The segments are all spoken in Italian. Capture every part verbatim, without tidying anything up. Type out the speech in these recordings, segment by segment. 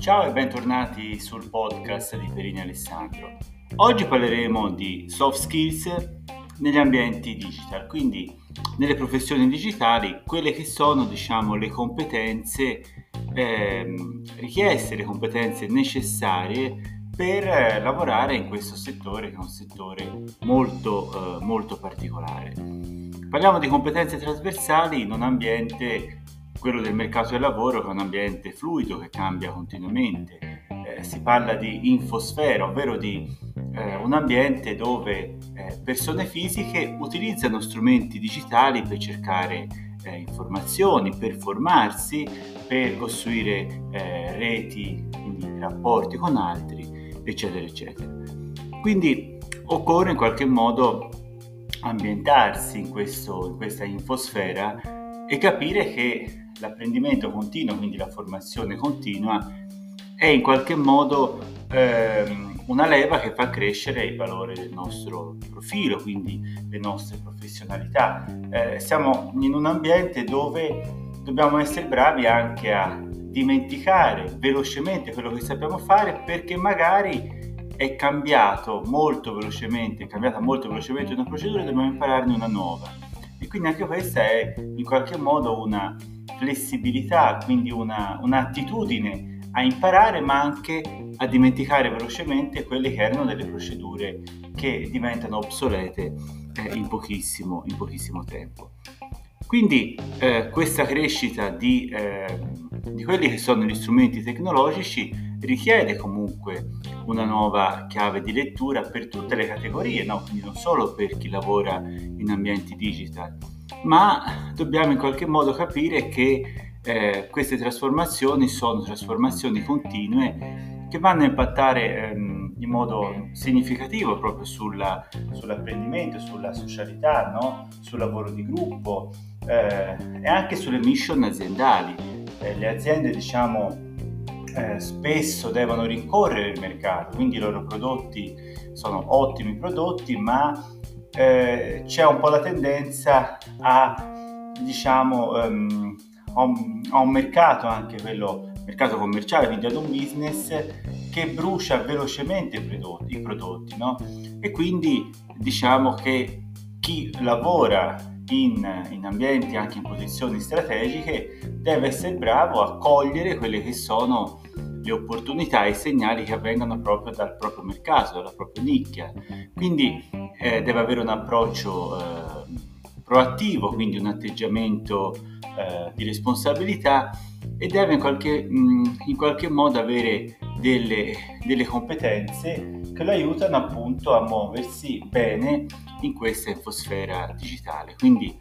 Ciao e bentornati sul podcast di Perini Alessandro. Oggi parleremo di soft skills negli ambienti digital, quindi nelle professioni digitali, quelle che sono, diciamo, le competenze ehm, richieste, le competenze necessarie per eh, lavorare in questo settore, che è un settore molto, eh, molto particolare. Parliamo di competenze trasversali in un ambiente, quello del mercato del lavoro, che è un ambiente fluido che cambia continuamente. Eh, si parla di infosfera, ovvero di eh, un ambiente dove eh, persone fisiche utilizzano strumenti digitali per cercare eh, informazioni, per formarsi, per costruire eh, reti, quindi rapporti con altri, eccetera, eccetera. Quindi occorre in qualche modo ambientarsi in, questo, in questa infosfera e capire che l'apprendimento continuo, quindi la formazione continua, è in qualche modo ehm, una leva che fa crescere il valore del nostro profilo, quindi le nostre professionalità. Eh, siamo in un ambiente dove dobbiamo essere bravi anche a dimenticare velocemente quello che sappiamo fare, perché magari è cambiato molto velocemente, è cambiata molto velocemente una procedura e dobbiamo impararne una nuova. E quindi anche questa è in qualche modo una flessibilità, quindi una, un'attitudine a imparare, ma anche a dimenticare velocemente quelle che erano delle procedure che diventano obsolete eh, in pochissimo, in pochissimo tempo. Quindi eh, questa crescita di, eh, di quelli che sono gli strumenti tecnologici richiede comunque una nuova chiave di lettura per tutte le categorie, no? Quindi non solo per chi lavora in ambienti digital, ma dobbiamo in qualche modo capire che eh, queste trasformazioni sono trasformazioni continue che vanno a impattare ehm, in modo significativo proprio sulla, sull'apprendimento, sulla socialità, no? Sul lavoro di gruppo eh, e anche sulle mission aziendali. Eh, le aziende, diciamo, eh, spesso devono rincorrere il mercato, quindi i loro prodotti sono ottimi prodotti, ma eh, c'è un po' la tendenza a, diciamo, um, a, un, a un mercato, anche quello mercato commerciale, quindi ad un business che brucia velocemente i prodotti, i prodotti, no? E quindi diciamo che chi lavora in, in ambienti anche in posizioni strategiche deve essere bravo a cogliere quelle che sono le opportunità e i segnali che avvengono proprio dal proprio mercato, dalla propria nicchia. Quindi eh, deve avere un approccio eh, proattivo, quindi un atteggiamento eh, di responsabilità, e deve in qualche, mh, in qualche modo avere delle, delle competenze che lo aiutano appunto a muoversi bene in questa infosfera digitale. Quindi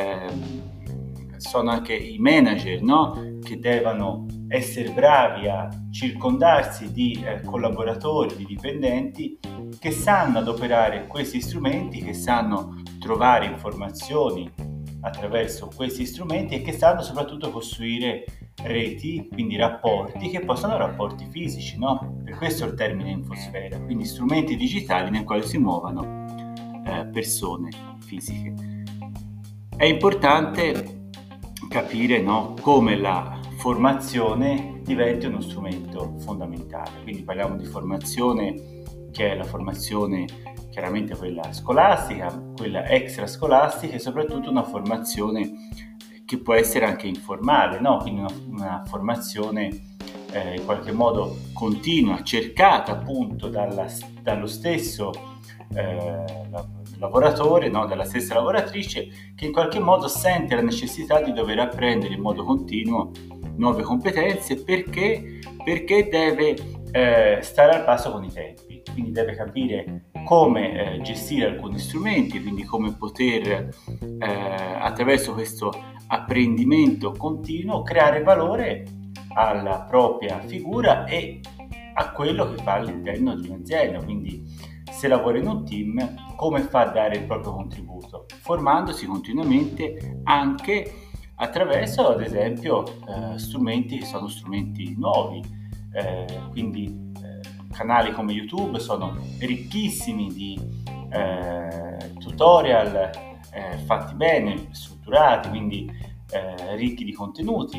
ehm, sono anche i manager, no? Che devono essere bravi a circondarsi di eh, collaboratori, di dipendenti che sanno adoperare questi strumenti, che sanno trovare informazioni attraverso questi strumenti e che sanno soprattutto costruire reti, quindi rapporti che poi sono rapporti fisici, no? Per questo il termine infosfera, quindi strumenti digitali nel quale si muovono eh, persone fisiche. È importante capire, no, come la formazione diventi uno strumento fondamentale. Quindi parliamo di formazione che è la formazione chiaramente quella scolastica, quella extrascolastica, e soprattutto una formazione che può essere anche informale, no? Quindi una, una formazione eh, in qualche modo continua, cercata appunto dalla, dallo stesso eh, lavoratore, no? Dalla stessa lavoratrice, che in qualche modo sente la necessità di dover apprendere in modo continuo nuove competenze perché, perché deve eh, stare al passo con i tempi, quindi deve capire come eh, gestire alcuni strumenti, quindi come poter eh, attraverso questo apprendimento continuo creare valore alla propria figura e a quello che fa all'interno di un'azienda. Quindi se lavora in un team, come fa a dare il proprio contributo, formandosi continuamente anche attraverso, ad esempio, eh, strumenti che sono strumenti nuovi, eh, quindi eh, canali come YouTube sono ricchissimi di eh, tutorial eh, fatti bene, strutturati, quindi eh, ricchi di contenuti. Ci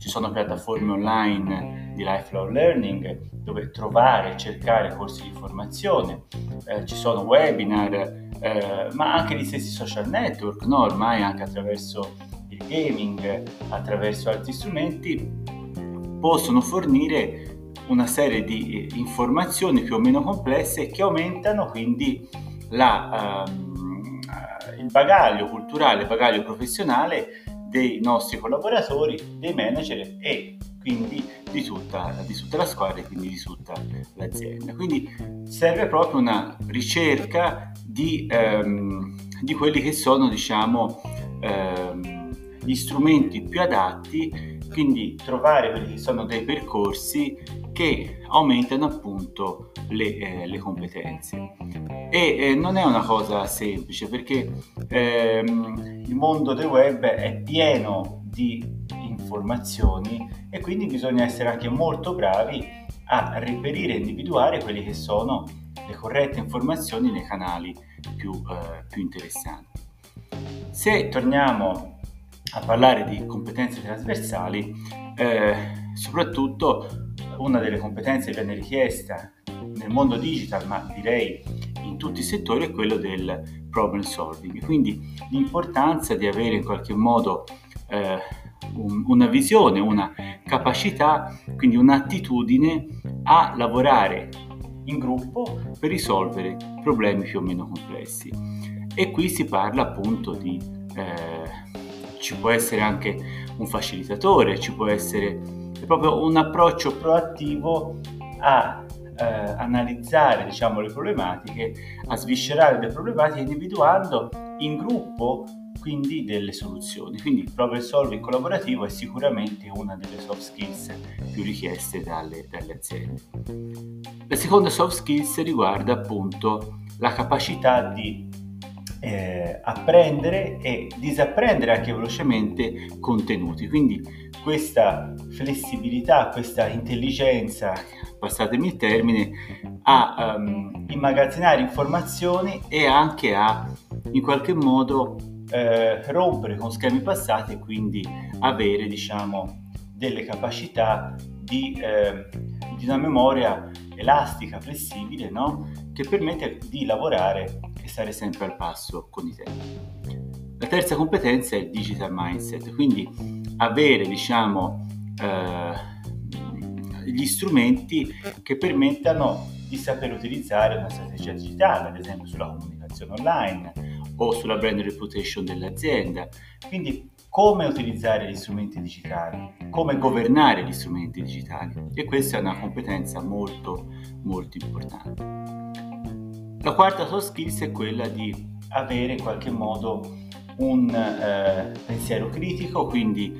ci sono piattaforme online di lifelong learning dove trovare e cercare corsi di formazione, eh, ci sono webinar, eh, ma anche gli stessi social network, no? Ormai anche attraverso il gaming, attraverso altri strumenti, possono fornire una serie di informazioni più o meno complesse che aumentano quindi la, um, il bagaglio culturale, il bagaglio professionale dei nostri collaboratori, dei manager e quindi di tutta, di tutta la squadra e quindi di tutta l'azienda. Quindi serve proprio una ricerca di, um, di quelli che sono, diciamo, um, gli strumenti più adatti, quindi trovare quelli che sono dei percorsi che aumentano appunto le, eh, le competenze. E eh, non è una cosa semplice, perché ehm, il mondo del web è pieno di informazioni e quindi bisogna essere anche molto bravi a reperire e individuare quelle che sono le corrette informazioni nei canali più, eh, più interessanti. Se torniamo a parlare di competenze trasversali, eh, soprattutto una delle competenze che viene richiesta nel mondo digital, ma direi in tutti i settori, è quello del problem solving. Quindi l'importanza di avere in qualche modo eh, un, una visione, una capacità, quindi un'attitudine a lavorare in gruppo per risolvere problemi più o meno complessi. E qui si parla appunto di eh, ci può essere anche un facilitatore, ci può essere proprio un approccio proattivo a eh, analizzare, diciamo, le problematiche, a sviscerare le problematiche, individuando in gruppo quindi delle soluzioni. Quindi il problem solving collaborativo è sicuramente una delle soft skills più richieste dalle, dalle aziende. La seconda soft skills riguarda appunto la capacità di Eh, apprendere e disapprendere anche velocemente contenuti, quindi questa flessibilità, questa intelligenza, passatemi il termine, a um, immagazzinare informazioni e anche a in qualche modo eh, rompere con schemi passati e quindi avere, diciamo, delle capacità di, eh, di una memoria elastica, flessibile, no? Che permette di lavorare e stare sempre al passo con i tempi. La terza competenza è il digital mindset, quindi avere, diciamo, eh, gli strumenti che permettano di saper utilizzare una strategia digitale, ad esempio sulla comunicazione online o sulla brand reputation dell'azienda. Quindi come utilizzare gli strumenti digitali, come governare gli strumenti digitali, e questa è una competenza molto molto importante. La quarta soft skills è quella di avere in qualche modo un eh, pensiero critico, quindi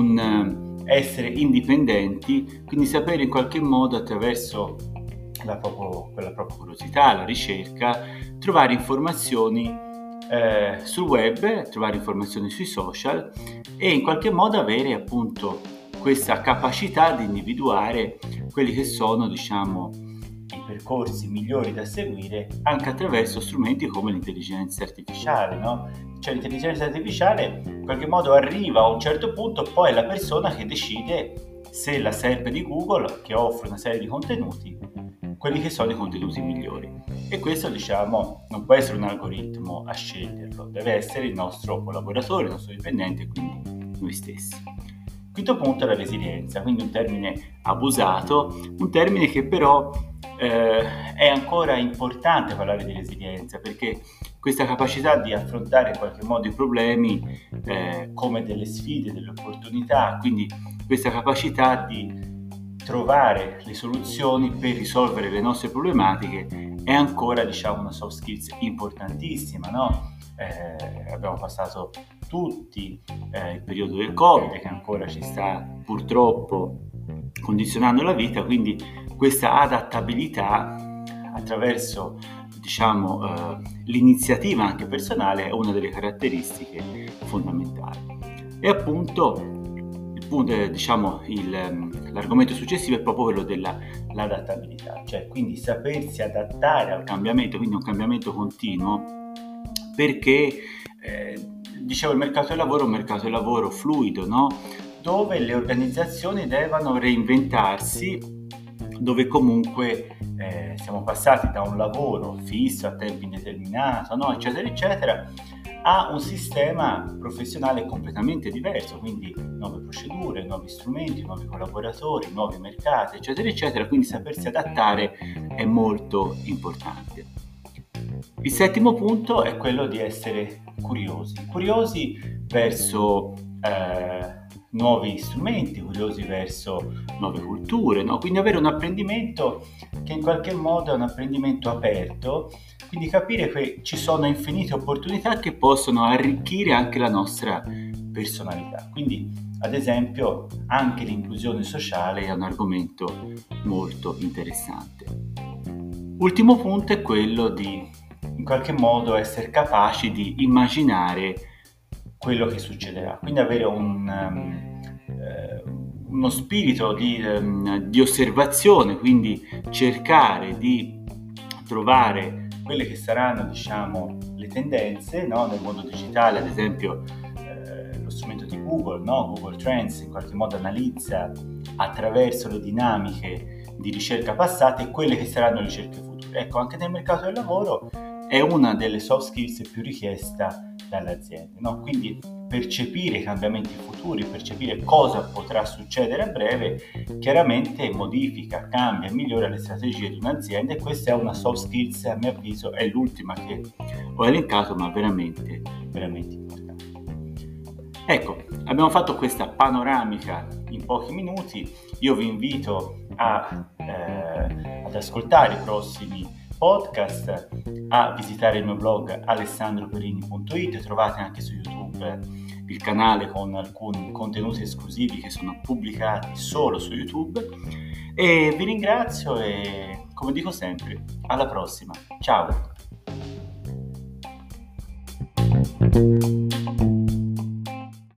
un eh, essere indipendenti, quindi sapere in qualche modo attraverso la propria, la propria curiosità, la ricerca, trovare informazioni eh, sul web, trovare informazioni sui social e in qualche modo avere appunto questa capacità di individuare quelli che sono, diciamo, i percorsi migliori da seguire anche attraverso strumenti come l'intelligenza artificiale, no? Cioè l'intelligenza artificiale in qualche modo arriva a un certo punto, poi è la persona che decide se la S E R P di Google, che offre una serie di contenuti, quelli che sono i contenuti migliori. E questo, diciamo, non può essere un algoritmo a sceglierlo, deve essere il nostro collaboratore, il nostro dipendente, quindi noi stessi. Quinto punto è la resilienza, quindi un termine abusato, un termine che però eh, è ancora importante parlare di resilienza, perché questa capacità di affrontare in qualche modo i problemi eh, come delle sfide, delle opportunità, quindi questa capacità di trovare le soluzioni per risolvere le nostre problematiche è ancora, diciamo, una soft skills importantissima, no? Eh, abbiamo passato tutti eh, il periodo del Covid, che ancora ci sta purtroppo condizionando la vita, quindi questa adattabilità attraverso, diciamo, eh, l'iniziativa anche personale è una delle caratteristiche fondamentali. E appunto il punto, eh, diciamo, il, l'argomento successivo è proprio quello dell'adattabilità, cioè quindi sapersi adattare al cambiamento, quindi un cambiamento continuo, perché eh, dicevo, il mercato del lavoro è un mercato del lavoro fluido, no? dove le organizzazioni devono reinventarsi, dove comunque eh, siamo passati da un lavoro fisso a tempo indeterminato, no? eccetera eccetera, a un sistema professionale completamente diverso, quindi nuove procedure, nuovi strumenti, nuovi collaboratori, nuovi mercati, eccetera eccetera, quindi sapersi adattare è molto importante. Il settimo punto è quello di essere curiosi, curiosi verso eh, nuovi strumenti, curiosi verso nuove culture, no? Quindi avere un apprendimento che in qualche modo è un apprendimento aperto, quindi capire che ci sono infinite opportunità che possono arricchire anche la nostra personalità. Quindi, ad esempio, anche l'inclusione sociale è un argomento molto interessante. Ultimo punto è quello di, in qualche modo, essere capaci di immaginare quello che succederà, quindi avere un, um, eh, uno spirito di, um, di osservazione, quindi cercare di trovare quelle che saranno, diciamo, le tendenze, no? Nel mondo digitale, ad esempio eh, lo strumento di Google, no? Google Trends in qualche modo analizza attraverso le dinamiche di ricerca passate quelle che saranno le ricerche future. Ecco, anche nel mercato del lavoro è una delle soft skills più richiesta dalle aziende, no? Quindi percepire i cambiamenti futuri, percepire cosa potrà succedere a breve, chiaramente modifica, cambia, migliora le strategie di un'azienda, e questa è una soft skills, a mio avviso, è l'ultima che ho elencato, ma veramente, veramente importante. Ecco, abbiamo fatto questa panoramica in pochi minuti. Io vi invito a, eh, ad ascoltare i prossimi podcast, a visitare il mio blog alessandro perini punto it, trovate anche su YouTube il canale con alcuni contenuti esclusivi che sono pubblicati solo su YouTube, e vi ringrazio e, come dico sempre, alla prossima, ciao!